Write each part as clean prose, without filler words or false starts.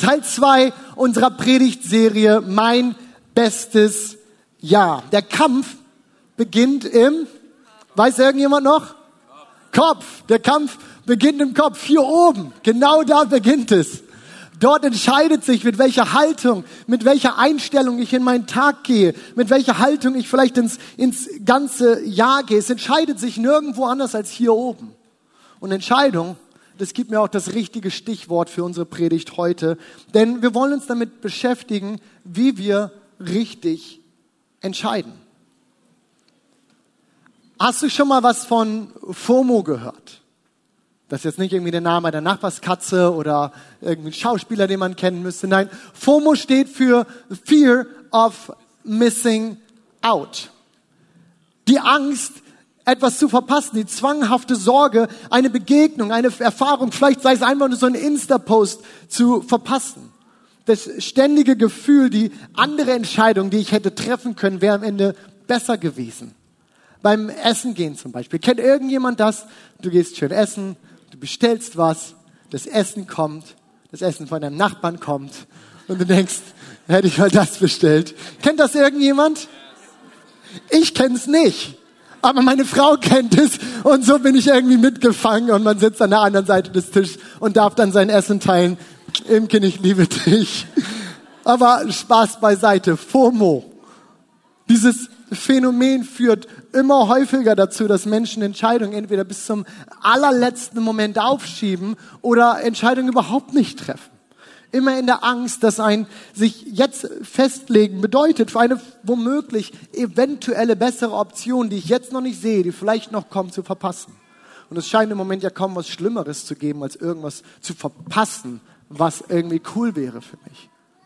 Teil 2 unserer Predigtserie Mein bestes Jahr. Der Kampf beginnt im, weiß irgendjemand noch? Kopf. Der Kampf beginnt im Kopf, hier oben. Genau da beginnt es. Dort entscheidet sich, mit welcher Haltung, mit welcher Einstellung ich in meinen Tag gehe, mit welcher Haltung ich vielleicht ins ganze Jahr gehe. Es entscheidet sich nirgendwo anders als hier oben. Und Entscheidung, das gibt mir auch das richtige Stichwort für unsere Predigt heute. Denn wir wollen uns damit beschäftigen, wie wir richtig entscheiden. Hast du schon mal was von FOMO gehört? Das ist jetzt nicht irgendwie der Name der Nachbarskatze oder irgendwie ein Schauspieler, den man kennen müsste. Nein, FOMO steht für Fear of Missing Out. Die Angst, etwas zu verpassen, die zwanghafte Sorge, eine Begegnung, eine Erfahrung, vielleicht sei es einfach nur so ein Insta-Post zu verpassen. Das ständige Gefühl, die andere Entscheidung, die ich hätte treffen können, wäre am Ende besser gewesen. Beim Essen gehen zum Beispiel. Kennt irgendjemand das? Du gehst schön essen. Du bestellst was, das Essen kommt, das Essen von deinem Nachbarn kommt und du denkst, hätte ich mal das bestellt. Kennt das irgendjemand? Ich kenn's nicht, aber meine Frau kennt es und so bin ich irgendwie mitgefangen und man sitzt an der anderen Seite des Tisches und darf dann sein Essen teilen. Imken, ich liebe dich. Aber Spaß beiseite, FOMO. Dieses Phänomen führt immer häufiger dazu, dass Menschen Entscheidungen entweder bis zum allerletzten Moment aufschieben oder Entscheidungen überhaupt nicht treffen. Immer in der Angst, dass ein sich jetzt festlegen bedeutet, für eine womöglich eventuelle bessere Option, die ich jetzt noch nicht sehe, die vielleicht noch kommt, zu verpassen. Und es scheint im Moment ja kaum was Schlimmeres zu geben, als irgendwas zu verpassen, was irgendwie cool wäre für mich.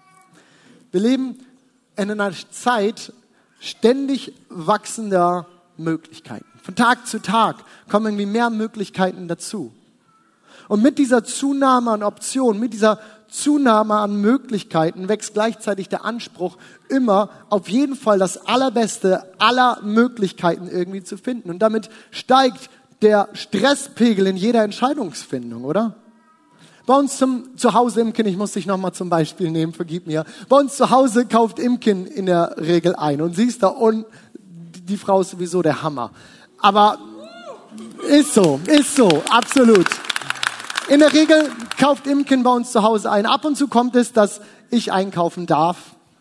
Wir leben in einer Zeit ständig wachsender Möglichkeiten. Von Tag zu Tag kommen irgendwie mehr Möglichkeiten dazu. Und mit dieser Zunahme an Optionen, mit dieser Zunahme an Möglichkeiten wächst gleichzeitig der Anspruch, immer auf jeden Fall das Allerbeste aller Möglichkeiten irgendwie zu finden. Und damit steigt der Stresspegel in jeder Entscheidungsfindung, oder? Bei uns zu Hause, Imken, ich muss dich nochmal zum Beispiel nehmen, vergib mir. Bei uns zu Hause kauft Imken in der Regel ein. Und siehst da unten, die Frau ist sowieso der Hammer. Aber ist so, absolut. In der Regel kauft Imken bei uns zu Hause ein. Ab und zu kommt es, dass ich einkaufen darf.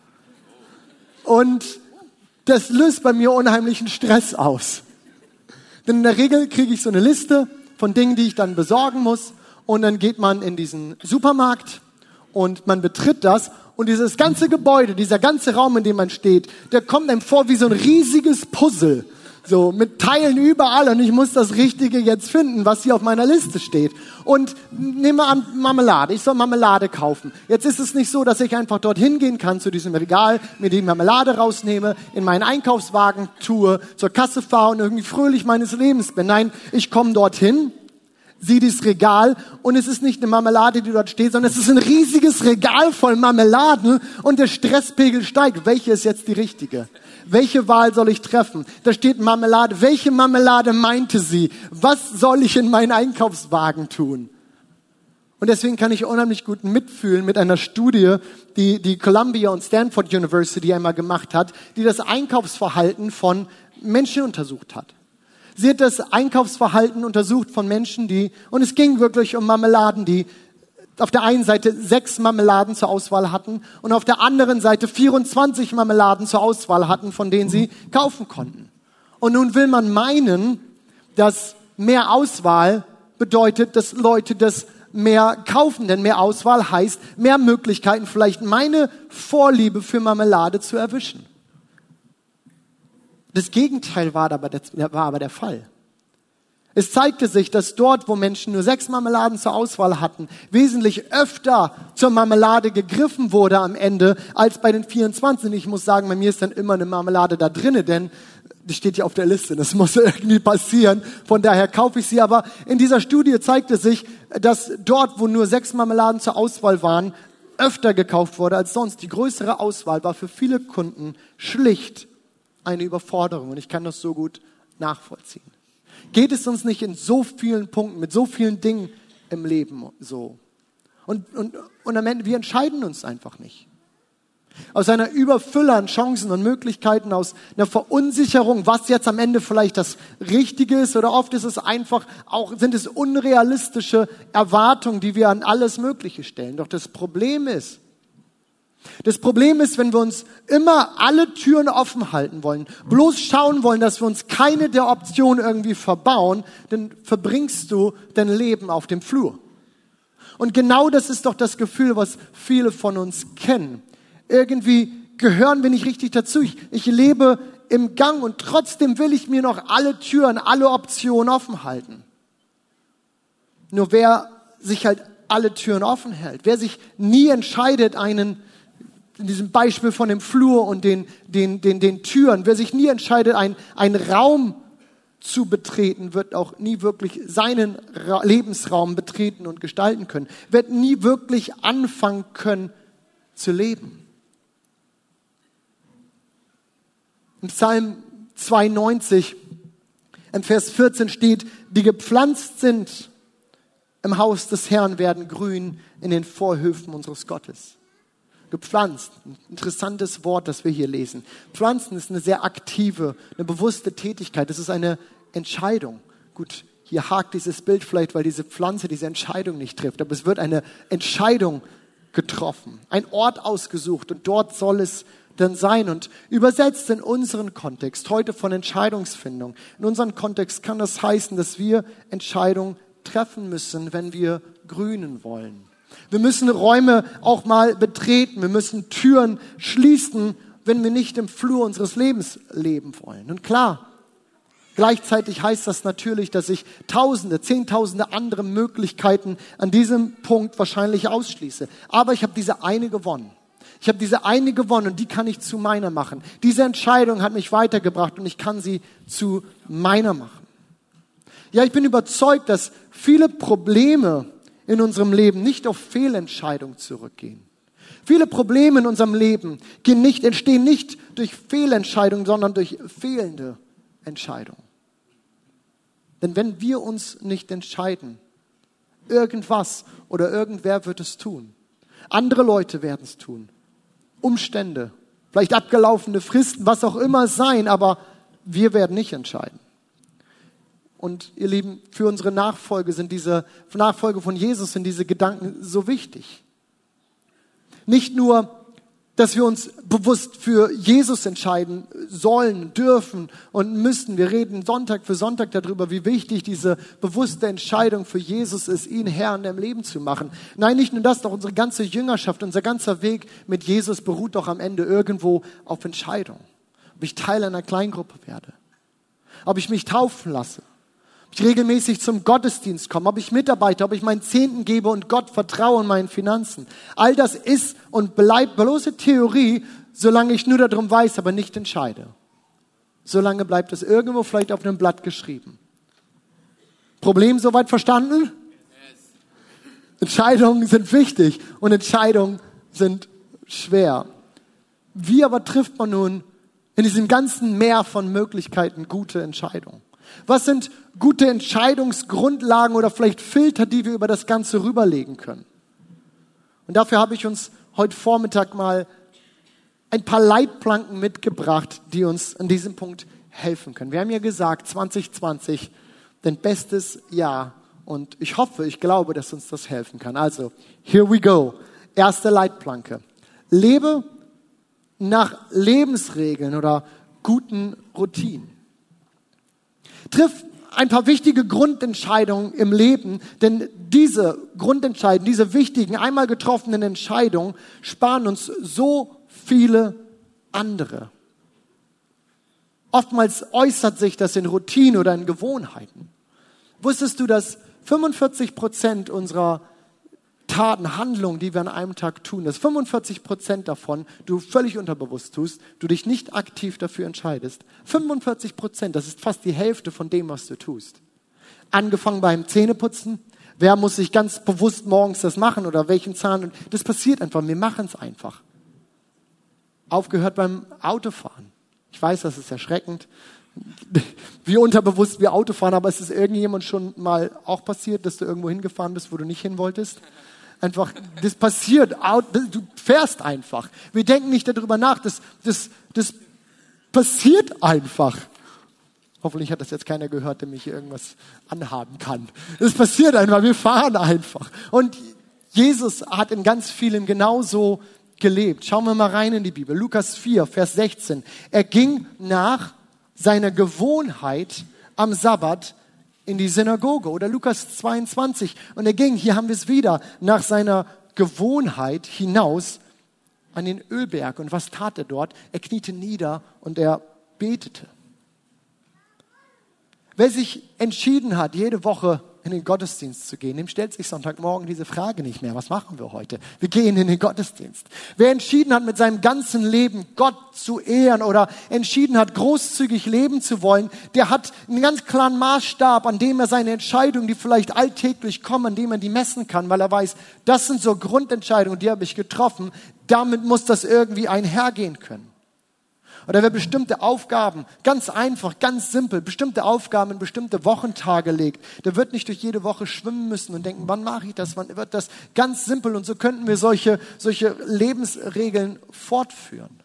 Und das löst bei mir unheimlichen Stress aus. Denn in der Regel kriege ich so eine Liste von Dingen, die ich dann besorgen muss. Und dann geht man in diesen Supermarkt und man betritt das. Und dieses ganze Gebäude, dieser ganze Raum, in dem man steht, der kommt einem vor wie so ein riesiges Puzzle. So, mit Teilen überall. Und ich muss das Richtige jetzt finden, was hier auf meiner Liste steht. Und nehmen wir an, Marmelade. Ich soll Marmelade kaufen. Jetzt ist es nicht so, dass ich einfach dorthin gehen kann zu diesem Regal, mir die Marmelade rausnehme, in meinen Einkaufswagen tue, zur Kasse fahre und irgendwie fröhlich meines Lebens bin. Nein, ich komme dorthin, sieh dieses Regal und es ist nicht eine Marmelade, die dort steht, sondern es ist ein riesiges Regal voll Marmeladen und der Stresspegel steigt. Welche ist jetzt die richtige? Welche Wahl soll ich treffen? Da steht Marmelade. Welche Marmelade meinte sie? Was soll ich in meinen Einkaufswagen tun? Und deswegen kann ich unheimlich gut mitfühlen mit einer Studie, die Columbia und Stanford University einmal gemacht hat, die das Einkaufsverhalten von Menschen untersucht hat. Sie hat das Einkaufsverhalten untersucht von Menschen, und es ging wirklich um Marmeladen, die auf der einen Seite 6 Marmeladen zur Auswahl hatten und auf der anderen Seite 24 Marmeladen zur Auswahl hatten, von denen sie kaufen konnten. Und nun will man meinen, dass mehr Auswahl bedeutet, dass Leute das mehr kaufen, denn mehr Auswahl heißt mehr Möglichkeiten, vielleicht meine Vorliebe für Marmelade zu erwischen. Das Gegenteil war aber der Fall. Es zeigte sich, dass dort, wo Menschen nur 6 Marmeladen zur Auswahl hatten, wesentlich öfter zur Marmelade gegriffen wurde am Ende, als bei den 24. Und ich muss sagen, bei mir ist dann immer eine Marmelade da drinne, denn die steht ja auf der Liste. Das muss irgendwie passieren. Von daher kaufe ich sie. Aber in dieser Studie zeigte sich, dass dort, wo nur 6 Marmeladen zur Auswahl waren, öfter gekauft wurde als sonst. Die größere Auswahl war für viele Kunden schlicht eine Überforderung. Und ich kann das so gut nachvollziehen. Geht es uns nicht in so vielen Punkten, mit so vielen Dingen im Leben so? Und am Ende, wir entscheiden uns einfach nicht. Aus einer Überfülle an Chancen und Möglichkeiten, aus einer Verunsicherung, was jetzt am Ende vielleicht das Richtige ist, oder oft ist es einfach sind es unrealistische Erwartungen, die wir an alles Mögliche stellen. Doch das Problem ist, wenn wir uns immer alle Türen offen halten wollen, bloß schauen wollen, dass wir uns keine der Optionen irgendwie verbauen, dann verbringst du dein Leben auf dem Flur. Und genau das ist doch das Gefühl, was viele von uns kennen. Irgendwie gehören wir nicht richtig dazu. Ich lebe im Gang und trotzdem will ich mir noch alle Türen, alle Optionen offen halten. Nur wer sich halt alle Türen offen hält, wer sich nie entscheidet, in diesem Beispiel von dem Flur und den Türen, wer sich nie entscheidet, einen Raum zu betreten, wird auch nie wirklich seinen Lebensraum betreten und gestalten können, wird nie wirklich anfangen können zu leben. Im Psalm 92, im Vers 14 steht, die gepflanzt sind im Haus des Herrn, werden grün in den Vorhöfen unseres Gottes. Gepflanzt, ein interessantes Wort, das wir hier lesen. Pflanzen ist eine sehr aktive, eine bewusste Tätigkeit. Das ist eine Entscheidung. Gut, hier hakt dieses Bild vielleicht, weil diese Pflanze diese Entscheidung nicht trifft. Aber es wird eine Entscheidung getroffen, ein Ort ausgesucht und dort soll es dann sein. Und übersetzt in unseren Kontext, heute von Entscheidungsfindung, in unserem Kontext kann das heißen, dass wir Entscheidungen treffen müssen, wenn wir grünen wollen. Wir müssen Räume auch mal betreten, wir müssen Türen schließen, wenn wir nicht im Flur unseres Lebens leben wollen. Und klar, gleichzeitig heißt das natürlich, dass ich Tausende, Zehntausende andere Möglichkeiten an diesem Punkt wahrscheinlich ausschließe. Aber ich habe diese eine gewonnen. Ich habe diese eine gewonnen und die kann ich zu meiner machen. Diese Entscheidung hat mich weitergebracht und ich kann sie zu meiner machen. Ja, ich bin überzeugt, dass viele Probleme in unserem Leben nicht auf Fehlentscheidungen zurückgehen. Viele Probleme in unserem Leben entstehen nicht durch Fehlentscheidungen, sondern durch fehlende Entscheidungen. Denn wenn wir uns nicht entscheiden, irgendwas oder irgendwer wird es tun. Andere Leute werden es tun. Umstände, vielleicht abgelaufene Fristen, was auch immer es sein, aber wir werden nicht entscheiden. Und ihr Lieben, für unsere Nachfolge von Jesus sind diese Gedanken so wichtig. Nicht nur, dass wir uns bewusst für Jesus entscheiden sollen, dürfen und müssen. Wir reden Sonntag für Sonntag darüber, wie wichtig diese bewusste Entscheidung für Jesus ist, ihn Herr in deinem Leben zu machen. Nein, nicht nur das, doch unsere ganze Jüngerschaft, unser ganzer Weg mit Jesus beruht doch am Ende irgendwo auf Entscheidung. Ob ich Teil einer Kleingruppe werde, ob ich mich taufen lasse, ob ich regelmäßig zum Gottesdienst komme, ob ich mitarbeite, ob ich meinen Zehnten gebe und Gott vertraue in meinen Finanzen. All das ist und bleibt bloße Theorie, solange ich nur darum weiß, aber nicht entscheide. Solange bleibt es irgendwo vielleicht auf einem Blatt geschrieben. Problem soweit verstanden? Entscheidungen sind wichtig und Entscheidungen sind schwer. Wie aber trifft man nun in diesem ganzen Meer von Möglichkeiten gute Entscheidungen? Was sind gute Entscheidungsgrundlagen oder vielleicht Filter, die wir über das Ganze rüberlegen können? Und dafür habe ich uns heute Vormittag mal ein paar Leitplanken mitgebracht, die uns an diesem Punkt helfen können. Wir haben ja gesagt, 2020, dein bestes Jahr. Und ich glaube, dass uns das helfen kann. Also, here we go. Erste Leitplanke. Lebe nach Lebensregeln oder guten Routinen. Triff ein paar wichtige Grundentscheidungen im Leben, denn diese Grundentscheidungen, diese wichtigen, einmal getroffenen Entscheidungen sparen uns so viele andere. Oftmals äußert sich das in Routinen oder in Gewohnheiten. Wusstest du, dass 45% unserer Taten, Handlungen, die wir an einem Tag tun, dass 45% davon du völlig unterbewusst tust, du dich nicht aktiv dafür entscheidest. 45%, das ist fast die Hälfte von dem, was du tust. Angefangen beim Zähneputzen, wer muss sich ganz bewusst morgens das machen oder welchen Zahn, das passiert einfach, wir machen es einfach. Aufgehört beim Autofahren. Ich weiß, das ist erschreckend, wie unterbewusst wir Auto fahren, aber es ist irgendjemand schon mal auch passiert, dass du irgendwo hingefahren bist, wo du nicht hin wolltest. einfach, das passiert, du fährst einfach. Wir denken nicht darüber nach, das passiert einfach. Hoffentlich hat das jetzt keiner gehört, der mich hier irgendwas anhaben kann. Das passiert einfach, wir fahren einfach. Und Jesus hat in ganz vielem genauso gelebt. Schauen wir mal rein in die Bibel. Lukas 4, Vers 16. Er ging nach seiner Gewohnheit am Sabbat in die Synagoge. Oder Lukas 22. Und er ging, hier haben wir es wieder, nach seiner Gewohnheit hinaus an den Ölberg. Und was tat er dort? Er kniete nieder und er betete. Wer sich entschieden hat, jede Woche in den Gottesdienst zu gehen, dem stellt sich Sonntagmorgen diese Frage nicht mehr. Was machen wir heute? Wir gehen in den Gottesdienst. Wer entschieden hat, mit seinem ganzen Leben Gott zu ehren oder entschieden hat, großzügig leben zu wollen, der hat einen ganz klaren Maßstab, an dem er seine Entscheidungen, die vielleicht alltäglich kommen, an dem er die messen kann, weil er weiß, das sind so Grundentscheidungen, die habe ich getroffen. Damit muss das irgendwie einhergehen können. Oder wer bestimmte Aufgaben, ganz einfach, ganz simpel, bestimmte Aufgaben in bestimmte Wochentage legt, der wird nicht durch jede Woche schwimmen müssen und denken, wann mache ich das, wann wird das, ganz simpel. Und so könnten wir solche Lebensregeln fortführen.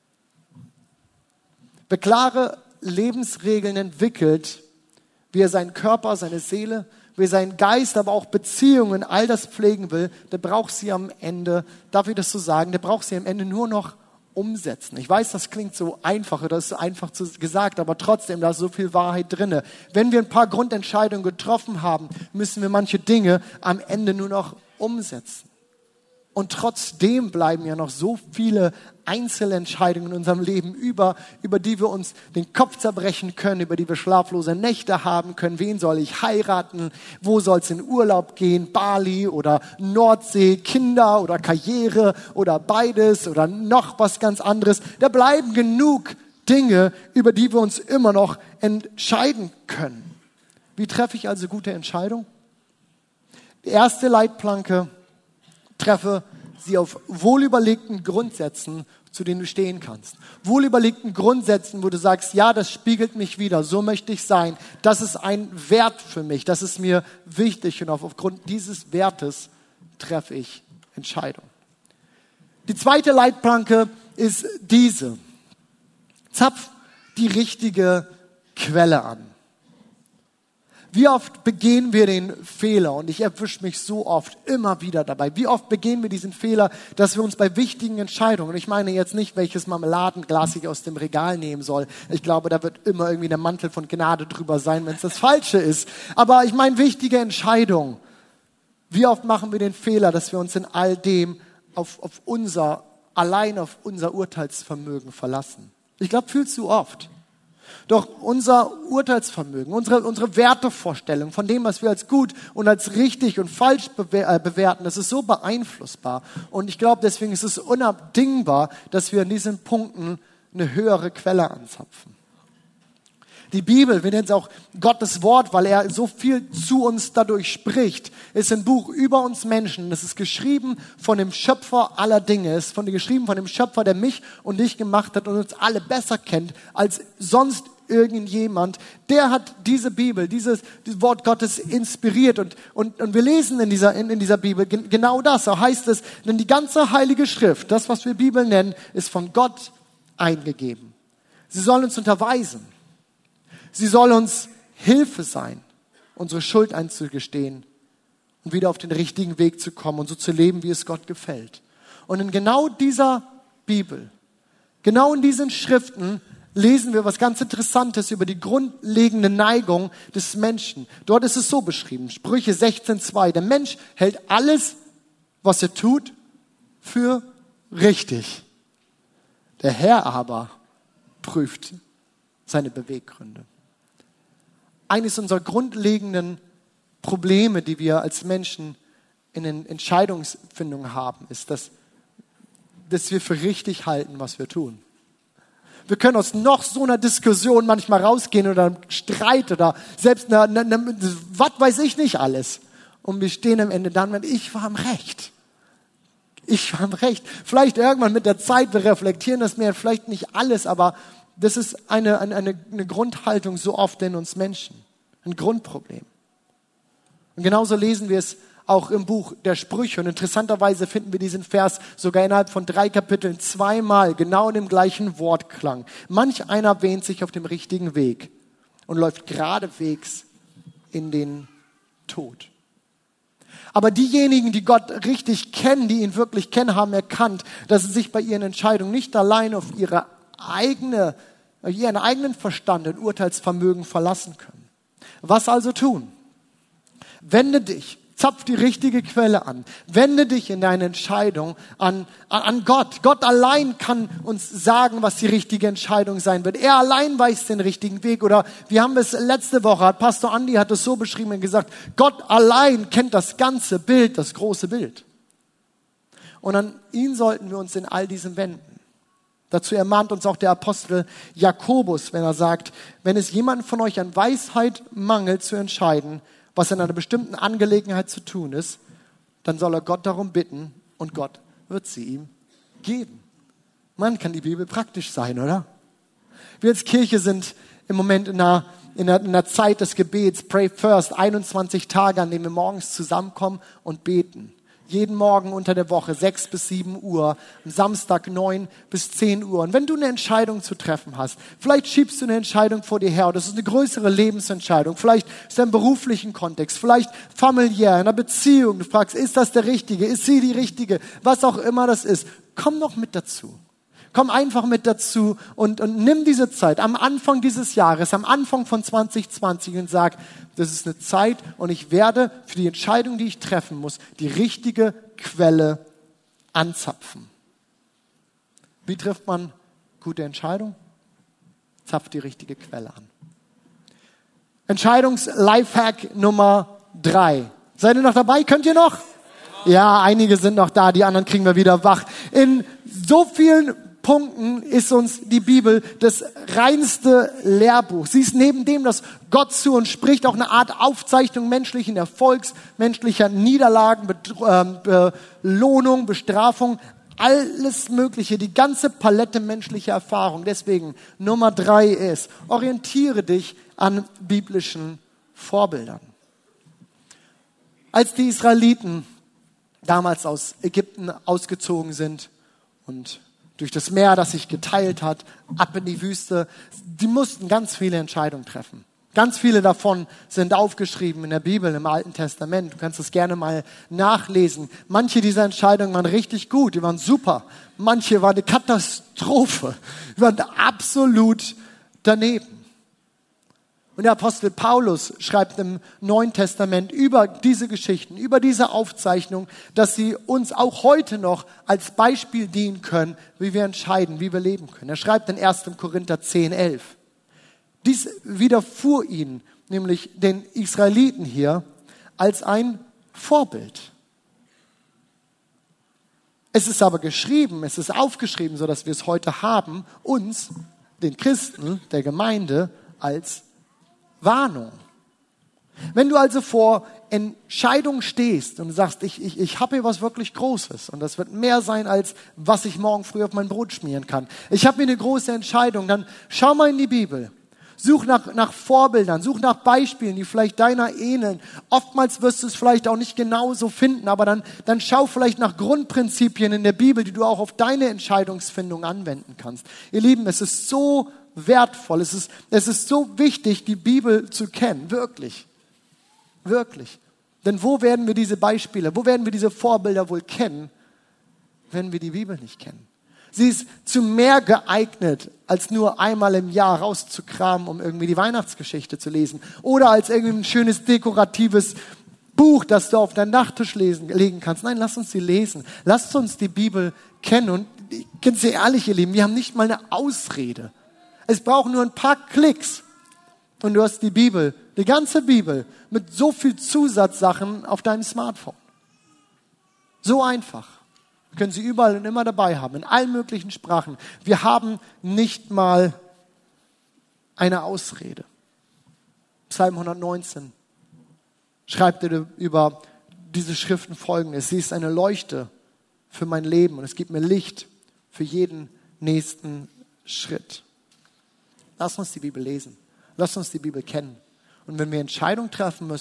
Wer klare Lebensregeln entwickelt, wie er seinen Körper, seine Seele, wie er seinen Geist, aber auch Beziehungen, all das pflegen will, der braucht sie am Ende, darf ich das so sagen, der braucht sie am Ende nur noch umsetzen. Ich weiß, das klingt so einfach oder ist so einfach gesagt, aber trotzdem, da ist so viel Wahrheit drin. Wenn wir ein paar Grundentscheidungen getroffen haben, müssen wir manche Dinge am Ende nur noch umsetzen. Und trotzdem bleiben ja noch so viele Einzelentscheidungen in unserem Leben über die wir uns den Kopf zerbrechen können, über die wir schlaflose Nächte haben können. Wen soll ich heiraten? Wo soll es in Urlaub gehen? Bali oder Nordsee, Kinder oder Karriere oder beides oder noch was ganz anderes. Da bleiben genug Dinge, über die wir uns immer noch entscheiden können. Wie treffe ich also gute Entscheidungen? Die erste Leitplanke: treffe sie auf wohlüberlegten Grundsätzen, zu denen du stehen kannst. Wohlüberlegten Grundsätzen, wo du sagst, ja, das spiegelt mich wider, so möchte ich sein. Das ist ein Wert für mich, das ist mir wichtig und aufgrund dieses Wertes treffe ich Entscheidungen. Die zweite Leitplanke ist diese: zapf die richtige Quelle an. Wie oft begehen wir den Fehler, und ich erwische mich so oft immer wieder dabei, wie oft begehen wir diesen Fehler, dass wir uns bei wichtigen Entscheidungen, und ich meine jetzt nicht, welches Marmeladenglas ich aus dem Regal nehmen soll, ich glaube, da wird immer irgendwie der Mantel von Gnade drüber sein, wenn es das Falsche ist, aber ich meine wichtige Entscheidungen. Wie oft machen wir den Fehler, dass wir uns in all dem allein auf unser Urteilsvermögen verlassen? Ich glaube, viel zu oft. Doch unser Urteilsvermögen, unsere Wertevorstellung von dem, was wir als gut und als richtig und falsch bewerten, das ist so beeinflussbar. Und ich glaube, deswegen ist es unabdingbar, dass wir an diesen Punkten eine höhere Quelle anzapfen. Die Bibel, wir nennen es auch Gottes Wort, weil er so viel zu uns dadurch spricht, ist ein Buch über uns Menschen. Es ist geschrieben von dem Schöpfer aller Dinge. Es ist geschrieben von dem Schöpfer, der mich und dich gemacht hat und uns alle besser kennt als sonst irgendjemand. Der hat diese Bibel, dieses Wort Gottes inspiriert. Und wir lesen in dieser Bibel genau das. So heißt es, denn die ganze Heilige Schrift, das, was wir Bibel nennen, ist von Gott eingegeben. Sie soll uns unterweisen. Sie soll uns Hilfe sein, unsere Schuld einzugestehen und wieder auf den richtigen Weg zu kommen und so zu leben, wie es Gott gefällt. Und in genau dieser Bibel, genau in diesen Schriften lesen wir was ganz Interessantes über die grundlegende Neigung des Menschen. Dort ist es so beschrieben, Sprüche 16,2. Der Mensch hält alles, was er tut, für richtig. Der Herr aber prüft seine Beweggründe. Eines unserer grundlegenden Probleme, die wir als Menschen in den Entscheidungsfindungen haben, ist, dass wir für richtig halten, was wir tun. Wir können aus noch so einer Diskussion manchmal rausgehen oder einem Streit oder selbst was weiß ich nicht alles. Und wir stehen am Ende dann, wenn ich war am Recht. Ich war am Recht. Vielleicht irgendwann mit der Zeit, wir reflektieren das mehr, vielleicht nicht alles, aber das ist eine Grundhaltung so oft in uns Menschen. Ein Grundproblem. Und genauso lesen wir es auch im Buch der Sprüche. Und interessanterweise finden wir diesen Vers sogar innerhalb von 3 Kapiteln zweimal, genau in dem gleichen Wortklang. Manch einer wähnt sich auf dem richtigen Weg und läuft geradewegs in den Tod. Aber diejenigen, die Gott richtig kennen, die ihn wirklich kennen, haben erkannt, dass sie sich bei ihren Entscheidungen nicht allein auf ihren eigenen Verstand und Urteilsvermögen verlassen können. Was also tun? Wende dich, zapf die richtige Quelle an. Wende dich in deine Entscheidung an Gott. Gott allein kann uns sagen, was die richtige Entscheidung sein wird. Er allein weiß den richtigen Weg. Oder wir haben es letzte Woche, Pastor Andi hat es so beschrieben und gesagt, Gott allein kennt das ganze Bild, das große Bild. Und an ihn sollten wir uns in all diesem wenden. Dazu ermahnt uns auch der Apostel Jakobus, wenn er sagt, wenn es jemandem von euch an Weisheit mangelt zu entscheiden, was in einer bestimmten Angelegenheit zu tun ist, dann soll er Gott darum bitten und Gott wird sie ihm geben. Man kann die Bibel praktisch sein, oder? Wir als Kirche sind im Moment in einer Zeit des Gebets, Pray First, 21 Tage, an denen wir morgens zusammenkommen und beten. Jeden Morgen unter der Woche, 6 bis 7 Uhr, am Samstag 9 bis 10 Uhr. Und wenn du eine Entscheidung zu treffen hast, vielleicht schiebst du eine Entscheidung vor dir her, oder das ist eine größere Lebensentscheidung, vielleicht ist es im beruflichen Kontext, vielleicht familiär, in einer Beziehung, du fragst, ist das der Richtige, ist sie die Richtige, was auch immer das ist, komm noch mit dazu. Komm einfach mit dazu und nimm diese Zeit am Anfang dieses Jahres, am Anfang von 2020 und sag, das ist eine Zeit und ich werde für die Entscheidung, die ich treffen muss, die richtige Quelle anzapfen. Wie trifft man gute Entscheidung? Zapft die richtige Quelle an. Entscheidungs-Lifehack Nummer 3. Seid ihr noch dabei? Könnt ihr noch? Ja, einige sind noch da, die anderen kriegen wir wieder wach. In so vielen Punkten ist uns die Bibel das reinste Lehrbuch. Sie ist neben dem, dass Gott zu uns spricht, auch eine Art Aufzeichnung menschlichen Erfolgs, menschlicher Niederlagen, Belohnung, Bestrafung, alles Mögliche, die ganze Palette menschlicher Erfahrung. Deswegen Nummer 3 ist, orientiere dich an biblischen Vorbildern. Als die Israeliten damals aus Ägypten ausgezogen sind und durch das Meer, das sich geteilt hat, ab in die Wüste. Die mussten ganz viele Entscheidungen treffen. Ganz viele davon sind aufgeschrieben in der Bibel, im Alten Testament. Du kannst das gerne mal nachlesen. Manche dieser Entscheidungen waren richtig gut, die waren super. Manche waren eine Katastrophe. Die waren absolut daneben. Und der Apostel Paulus schreibt im Neuen Testament über diese Geschichten, über diese Aufzeichnung, dass sie uns auch heute noch als Beispiel dienen können, wie wir entscheiden, wie wir leben können. Er schreibt in 1. Korinther 10,11. Dies widerfuhr ihnen, nämlich den Israeliten hier, als ein Vorbild. Es ist aber geschrieben, es ist aufgeschrieben, sodass wir es heute haben, uns, den Christen, der Gemeinde, als Warnung. Wenn du also vor Entscheidungen stehst und sagst, ich habe hier was wirklich Großes und das wird mehr sein, als was ich morgen früh auf mein Brot schmieren kann. Ich habe hier eine große Entscheidung, dann schau mal in die Bibel. Such nach Vorbildern, such nach Beispielen, die vielleicht deiner ähneln. Oftmals wirst du es vielleicht auch nicht genauso finden, aber dann schau vielleicht nach Grundprinzipien in der Bibel, die du auch auf deine Entscheidungsfindung anwenden kannst. Ihr Lieben, es ist so wertvoll, es ist so wichtig, die Bibel zu kennen, wirklich, wirklich. Denn wo werden wir diese Beispiele, wo werden wir diese Vorbilder wohl kennen, wenn wir die Bibel nicht kennen? Sie ist zu mehr geeignet, als nur einmal im Jahr rauszukramen, um irgendwie die Weihnachtsgeschichte zu lesen. Oder als irgendwie ein schönes dekoratives Buch, das du auf deinen Nachttisch legen kannst. Nein, lass uns sie lesen. Lasst uns die Bibel kennen. Und ganz ehrlich, ihr Lieben, wir haben nicht mal eine Ausrede. Es braucht nur ein paar Klicks. Und du hast die Bibel, die ganze Bibel, mit so viel Zusatzsachen auf deinem Smartphone. So einfach. Wir können sie überall und immer dabei haben, in allen möglichen Sprachen. Wir haben nicht mal eine Ausrede. Psalm 119 schreibt er über diese Schriften Folgendes. Sie ist eine Leuchte für mein Leben und es gibt mir Licht für jeden nächsten Schritt. Lass uns die Bibel lesen. Lass uns die Bibel kennen. Und wenn wir Entscheidungen treffen müssen,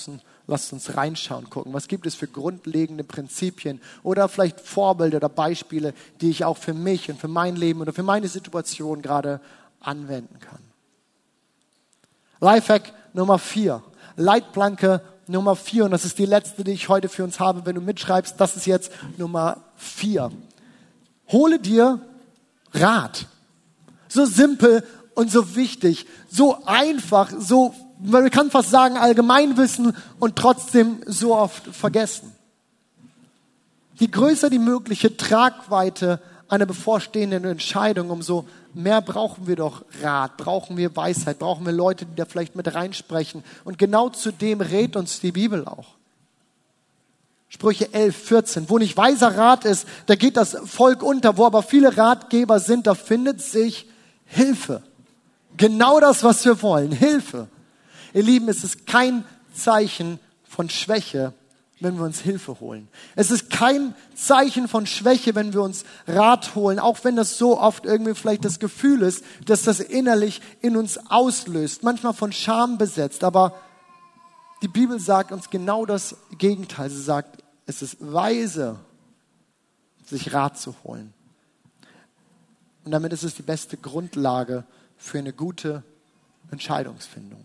Lasst uns reinschauen, gucken, was gibt es für grundlegende Prinzipien oder vielleicht Vorbilder oder Beispiele, die ich auch für mich und für mein Leben oder für meine Situation gerade anwenden kann. Lifehack Nummer 4, Leitplanke Nummer 4, und das ist die letzte, die ich heute für uns habe. Wenn du mitschreibst, das ist jetzt Nummer 4. Hole dir Rat. So simpel und so wichtig, so einfach, so, man kann fast sagen Allgemeinwissen und trotzdem so oft vergessen. Je größer die mögliche Tragweite einer bevorstehenden Entscheidung, umso mehr brauchen wir doch Rat, brauchen wir Weisheit, brauchen wir Leute, die da vielleicht mit reinsprechen. Und genau zu dem rät uns die Bibel auch. Sprüche 11,14. Wo nicht weiser Rat ist, da geht das Volk unter. Wo aber viele Ratgeber sind, da findet sich Hilfe. Genau das, was wir wollen. Hilfe. Ihr Lieben, es ist kein Zeichen von Schwäche, wenn wir uns Hilfe holen. Es ist kein Zeichen von Schwäche, wenn wir uns Rat holen, auch wenn das so oft irgendwie vielleicht das Gefühl ist, dass das innerlich in uns auslöst, manchmal von Scham besetzt. Aber die Bibel sagt uns genau das Gegenteil. Sie sagt, es ist weise, sich Rat zu holen. Und damit ist es die beste Grundlage für eine gute Entscheidungsfindung.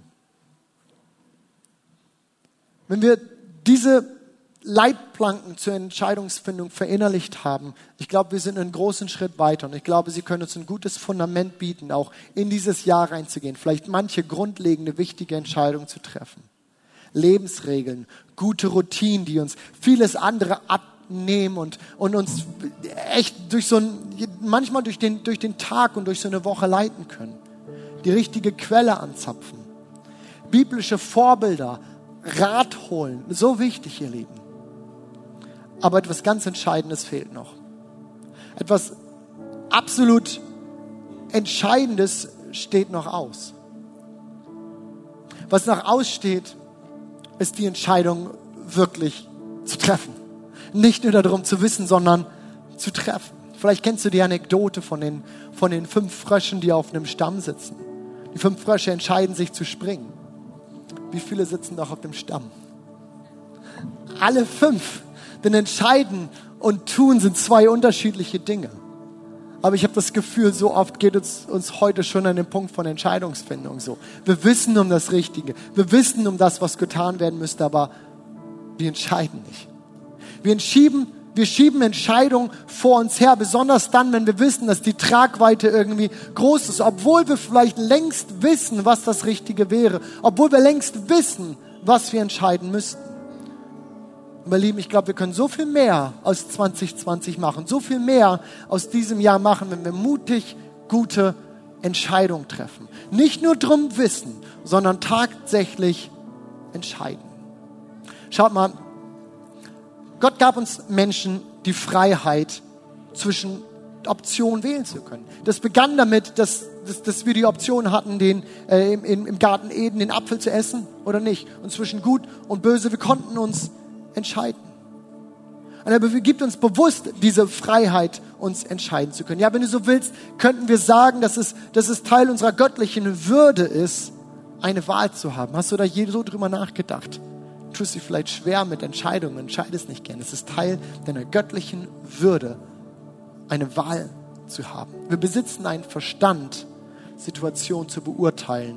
Wenn wir diese Leitplanken zur Entscheidungsfindung verinnerlicht haben, ich glaube, wir sind einen großen Schritt weiter und ich glaube, sie können uns ein gutes Fundament bieten, auch in dieses Jahr reinzugehen, vielleicht manche grundlegende, wichtige Entscheidungen zu treffen. Lebensregeln, gute Routinen, die uns vieles andere abnehmen und uns echt manchmal durch den Tag und durch so eine Woche leiten können. Die richtige Quelle anzapfen. Biblische Vorbilder, Rat holen. So wichtig, ihr Lieben. Aber etwas ganz Entscheidendes fehlt noch. Etwas absolut Entscheidendes steht noch aus. Was noch aussteht, ist die Entscheidung wirklich zu treffen. Nicht nur darum zu wissen, sondern zu treffen. Vielleicht kennst du die Anekdote von den 5 Fröschen, die auf einem Stamm sitzen. Die 5 Frösche entscheiden sich zu springen. Wie viele sitzen noch auf dem Stamm? Alle 5. Denn entscheiden und tun sind 2 unterschiedliche Dinge. Aber ich habe das Gefühl, so oft geht uns heute schon an den Punkt von Entscheidungsfindung so. Wir wissen um das Richtige. Wir wissen um das, was getan werden müsste, aber wir entscheiden nicht. Wir schieben Entscheidungen vor uns her, besonders dann, wenn wir wissen, dass die Tragweite irgendwie groß ist, obwohl wir vielleicht längst wissen, was das Richtige wäre, obwohl wir längst wissen, was wir entscheiden müssten. Meine Lieben, ich glaube, wir können so viel mehr aus 2020 machen, so viel mehr aus diesem Jahr machen, wenn wir mutig gute Entscheidungen treffen. Nicht nur drum wissen, sondern tatsächlich entscheiden. Schaut mal, Gott gab uns Menschen die Freiheit, zwischen Optionen wählen zu können. Das begann damit, dass wir die Option hatten, im Garten Eden den Apfel zu essen oder nicht. Und zwischen Gut und Böse, wir konnten uns entscheiden. Und er gibt uns bewusst diese Freiheit, uns entscheiden zu können. Ja, wenn du so willst, könnten wir sagen, dass es Teil unserer göttlichen Würde ist, eine Wahl zu haben. Hast du da je so drüber nachgedacht? Du tust dich vielleicht schwer mit Entscheidungen, entscheidest nicht gern. Es ist Teil deiner göttlichen Würde, eine Wahl zu haben. Wir besitzen einen Verstand, Situationen zu beurteilen.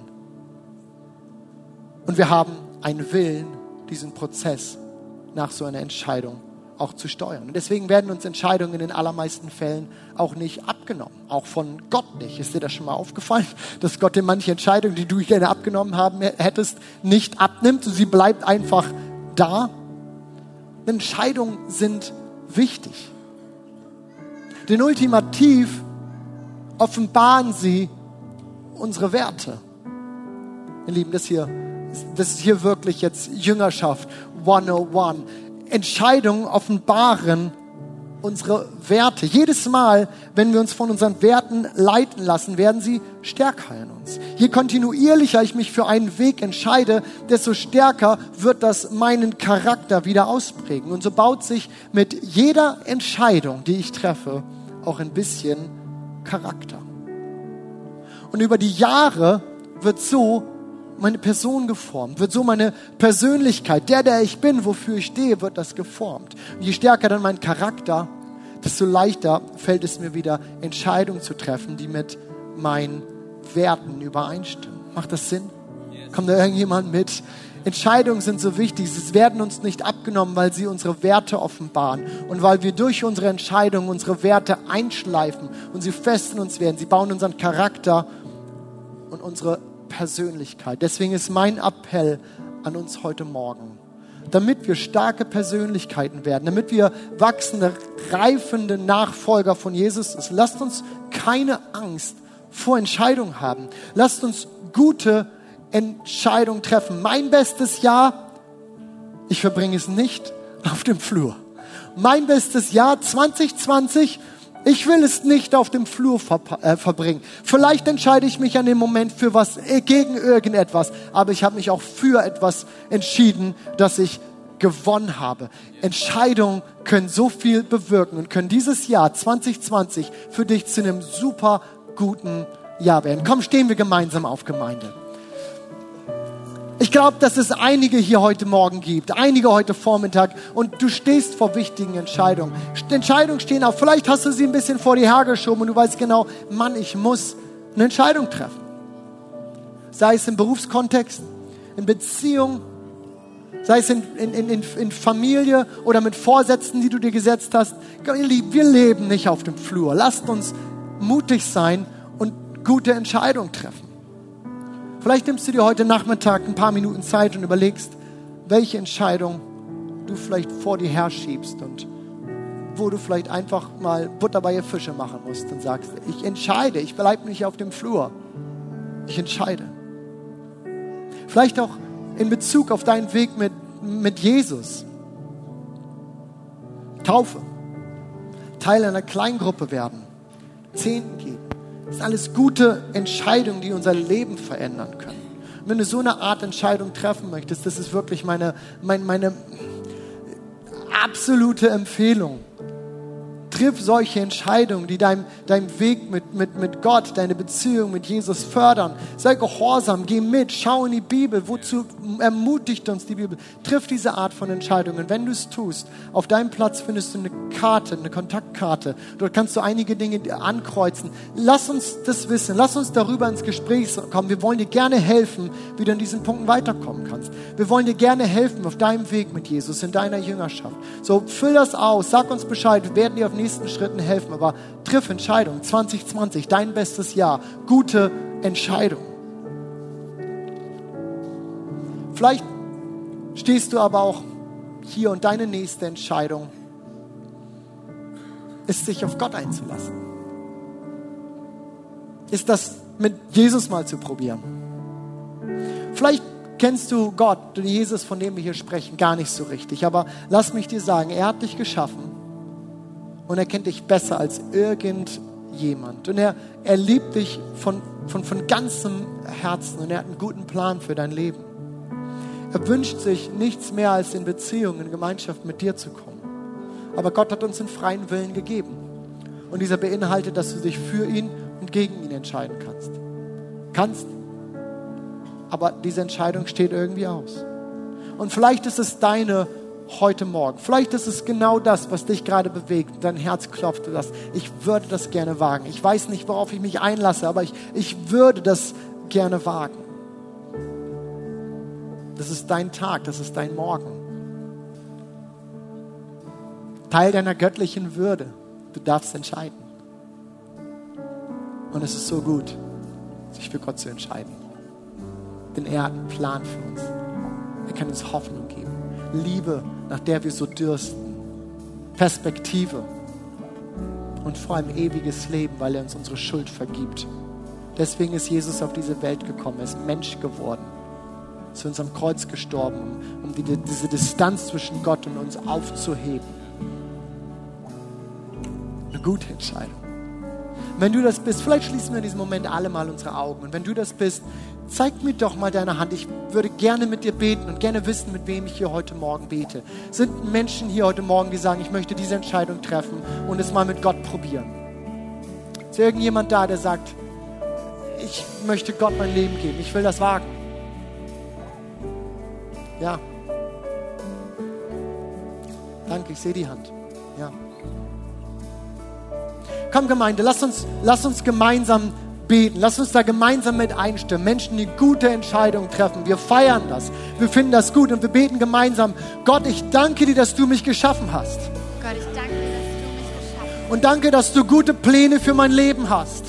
Und wir haben einen Willen, diesen Prozess nach so einer Entscheidung auch zu steuern. Und deswegen werden uns Entscheidungen in den allermeisten Fällen auch nicht abgenommen. Auch von Gott nicht. Ist dir das schon mal aufgefallen, dass Gott dir manche Entscheidungen, die du gerne abgenommen haben hättest, nicht abnimmt? Sie bleibt einfach da. Entscheidungen sind wichtig. Denn ultimativ offenbaren sie unsere Werte. Ihr Lieben, das ist hier wirklich jetzt Jüngerschaft 101. Entscheidungen offenbaren unsere Werte. Jedes Mal, wenn wir uns von unseren Werten leiten lassen, werden sie stärker in uns. Je kontinuierlicher ich mich für einen Weg entscheide, desto stärker wird das meinen Charakter wieder ausprägen. Und so baut sich mit jeder Entscheidung, die ich treffe, auch ein bisschen Charakter. Und über die Jahre wird so meine Person geformt, wird so meine Persönlichkeit, der ich bin, wofür ich stehe, wird das geformt. Und je stärker dann mein Charakter, desto leichter fällt es mir wieder, Entscheidungen zu treffen, die mit meinen Werten übereinstimmen. Macht das Sinn? Kommt da irgendjemand mit? Entscheidungen sind so wichtig. Sie werden uns nicht abgenommen, weil sie unsere Werte offenbaren und weil wir durch unsere Entscheidungen unsere Werte einschleifen und sie fest in uns werden. Sie bauen unseren Charakter und unsere Persönlichkeit. Deswegen ist mein Appell an uns heute Morgen, damit wir starke Persönlichkeiten werden, damit wir wachsende, reifende Nachfolger von Jesus sind. Lasst uns keine Angst vor Entscheidungen haben. Lasst uns gute Entscheidungen treffen. Mein bestes Jahr, ich verbringe es nicht auf dem Flur. Mein bestes Jahr 2020, ich will es nicht auf dem Flur verbringen. Vielleicht entscheide ich mich an dem Moment für was, gegen irgendetwas, aber ich habe mich auch für etwas entschieden, das ich gewonnen habe. Entscheidungen können so viel bewirken und können dieses Jahr 2020 für dich zu einem super guten Jahr werden. Komm, stehen wir gemeinsam auf, Gemeinde. Ich glaube, dass es einige hier heute Morgen gibt, einige heute Vormittag und du stehst vor wichtigen Entscheidungen. Entscheidungen stehen auf. Vielleicht hast du sie ein bisschen vor dir hergeschoben und du weißt genau, Mann, ich muss eine Entscheidung treffen. Sei es im Berufskontext, in Beziehung, sei es in Familie oder mit Vorsätzen, die du dir gesetzt hast. Wir leben nicht auf dem Flur. Lasst uns mutig sein und gute Entscheidungen treffen. Vielleicht nimmst du dir heute Nachmittag ein paar Minuten Zeit und überlegst, welche Entscheidung du vielleicht vor dir herschiebst und wo du vielleicht einfach mal Butter bei den Fische machen musst und sagst, ich entscheide, ich bleibe nicht auf dem Flur. Ich entscheide. Vielleicht auch in Bezug auf deinen Weg mit Jesus. Taufe. Teil einer Kleingruppe werden. Zehnten geben. Das sind alles gute Entscheidungen, die unser Leben verändern können. Und wenn du so eine Art Entscheidung treffen möchtest, das ist wirklich meine absolute Empfehlung. Triff solche Entscheidungen, die deinen Weg mit Gott, deine Beziehung mit Jesus fördern. Sei gehorsam, geh mit, schau in die Bibel. Wozu ermutigt uns die Bibel? Triff diese Art von Entscheidungen. Wenn du es tust, auf deinem Platz findest du eine Karte, eine Kontaktkarte. Dort kannst du einige Dinge ankreuzen. Lass uns das wissen. Lass uns darüber ins Gespräch kommen. Wir wollen dir gerne helfen, wie du an diesen Punkten weiterkommen kannst. Wir wollen dir gerne helfen auf deinem Weg mit Jesus, in deiner Jüngerschaft. So, füll das aus. Sag uns Bescheid. Wir werden dir auf nächsten Schritten helfen, aber triff Entscheidungen. 2020, dein bestes Jahr. Gute Entscheidungen. Vielleicht stehst du aber auch hier und deine nächste Entscheidung ist, sich auf Gott einzulassen. Ist das mit Jesus mal zu probieren. Vielleicht kennst du Gott, den Jesus, von dem wir hier sprechen, gar nicht so richtig, aber lass mich dir sagen, er hat dich geschaffen. Und er kennt dich besser als irgendjemand. Und er liebt dich von ganzem Herzen. Und er hat einen guten Plan für dein Leben. Er wünscht sich nichts mehr, als in Beziehung, in Gemeinschaft mit dir zu kommen. Aber Gott hat uns einen freien Willen gegeben. Und dieser beinhaltet, dass du dich für ihn und gegen ihn entscheiden kannst. Aber diese Entscheidung steht irgendwie aus. Und vielleicht ist es deine heute Morgen. Vielleicht ist es genau das, was dich gerade bewegt. Dein Herz klopft. Ich würde das gerne wagen. Ich weiß nicht, worauf ich mich einlasse, aber ich würde das gerne wagen. Das ist dein Tag, das ist dein Morgen. Teil deiner göttlichen Würde. Du darfst entscheiden. Und es ist so gut, sich für Gott zu entscheiden. Denn er hat einen Plan für uns. Er kann uns Hoffnung geben. Liebe, nach der wir so dürsten. Perspektive. Und vor allem ewiges Leben, weil er uns unsere Schuld vergibt. Deswegen ist Jesus auf diese Welt gekommen. Er ist Mensch geworden. Zu unserem Kreuz gestorben, um diese Distanz zwischen Gott und uns aufzuheben. Eine gute Entscheidung. Wenn du das bist, vielleicht schließen wir in diesem Moment alle mal unsere Augen. Und wenn du das bist, zeig mir doch mal deine Hand. Ich würde gerne mit dir beten und gerne wissen, mit wem ich hier heute Morgen bete. Sind Menschen hier heute Morgen, die sagen, ich möchte diese Entscheidung treffen und es mal mit Gott probieren? Ist irgendjemand da, der sagt, ich möchte Gott mein Leben geben, ich will das wagen? Ja. Danke, ich sehe die Hand. Ja. Komm Gemeinde, lass uns gemeinsam beten. Lass uns da gemeinsam mit einstimmen. Menschen, die gute Entscheidungen treffen. Wir feiern das. Wir finden das gut und wir beten gemeinsam. Gott, ich danke dir, dass du mich geschaffen hast. Gott, ich danke dir, dass du mich geschaffen hast. Und danke, dass du gute Pläne für mein Leben hast.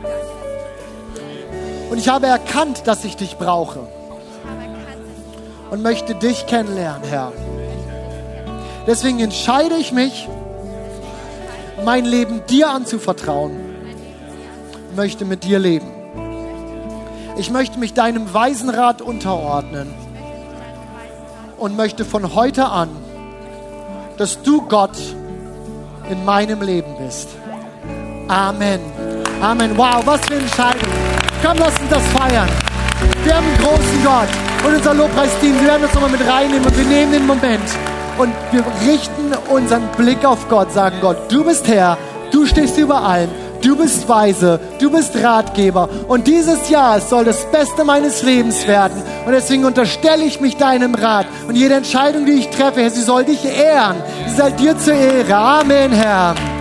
Und ich habe erkannt, dass ich dich brauche. Und möchte dich kennenlernen, Herr. Deswegen entscheide ich mich, mein Leben dir anzuvertrauen. Ich möchte mit dir leben. Ich möchte mich deinem weisen Rat unterordnen. Und möchte von heute an, dass du Gott in meinem Leben bist. Amen. Amen. Wow, was für eine Entscheidung. Komm, lass uns das feiern. Wir haben einen großen Gott. Und unser Lobpreisteam, wir werden das nochmal mit reinnehmen. Und wir nehmen den Moment. Und wir richten unseren Blick auf Gott. Sagen Gott, du bist Herr. Du stehst über allem. Du bist weise, du bist Ratgeber und dieses Jahr soll das Beste meines Lebens werden und deswegen unterstelle ich mich deinem Rat und jede Entscheidung, die ich treffe, Herr, sie soll dich ehren, sie soll dir zur Ehre. Amen, Herr.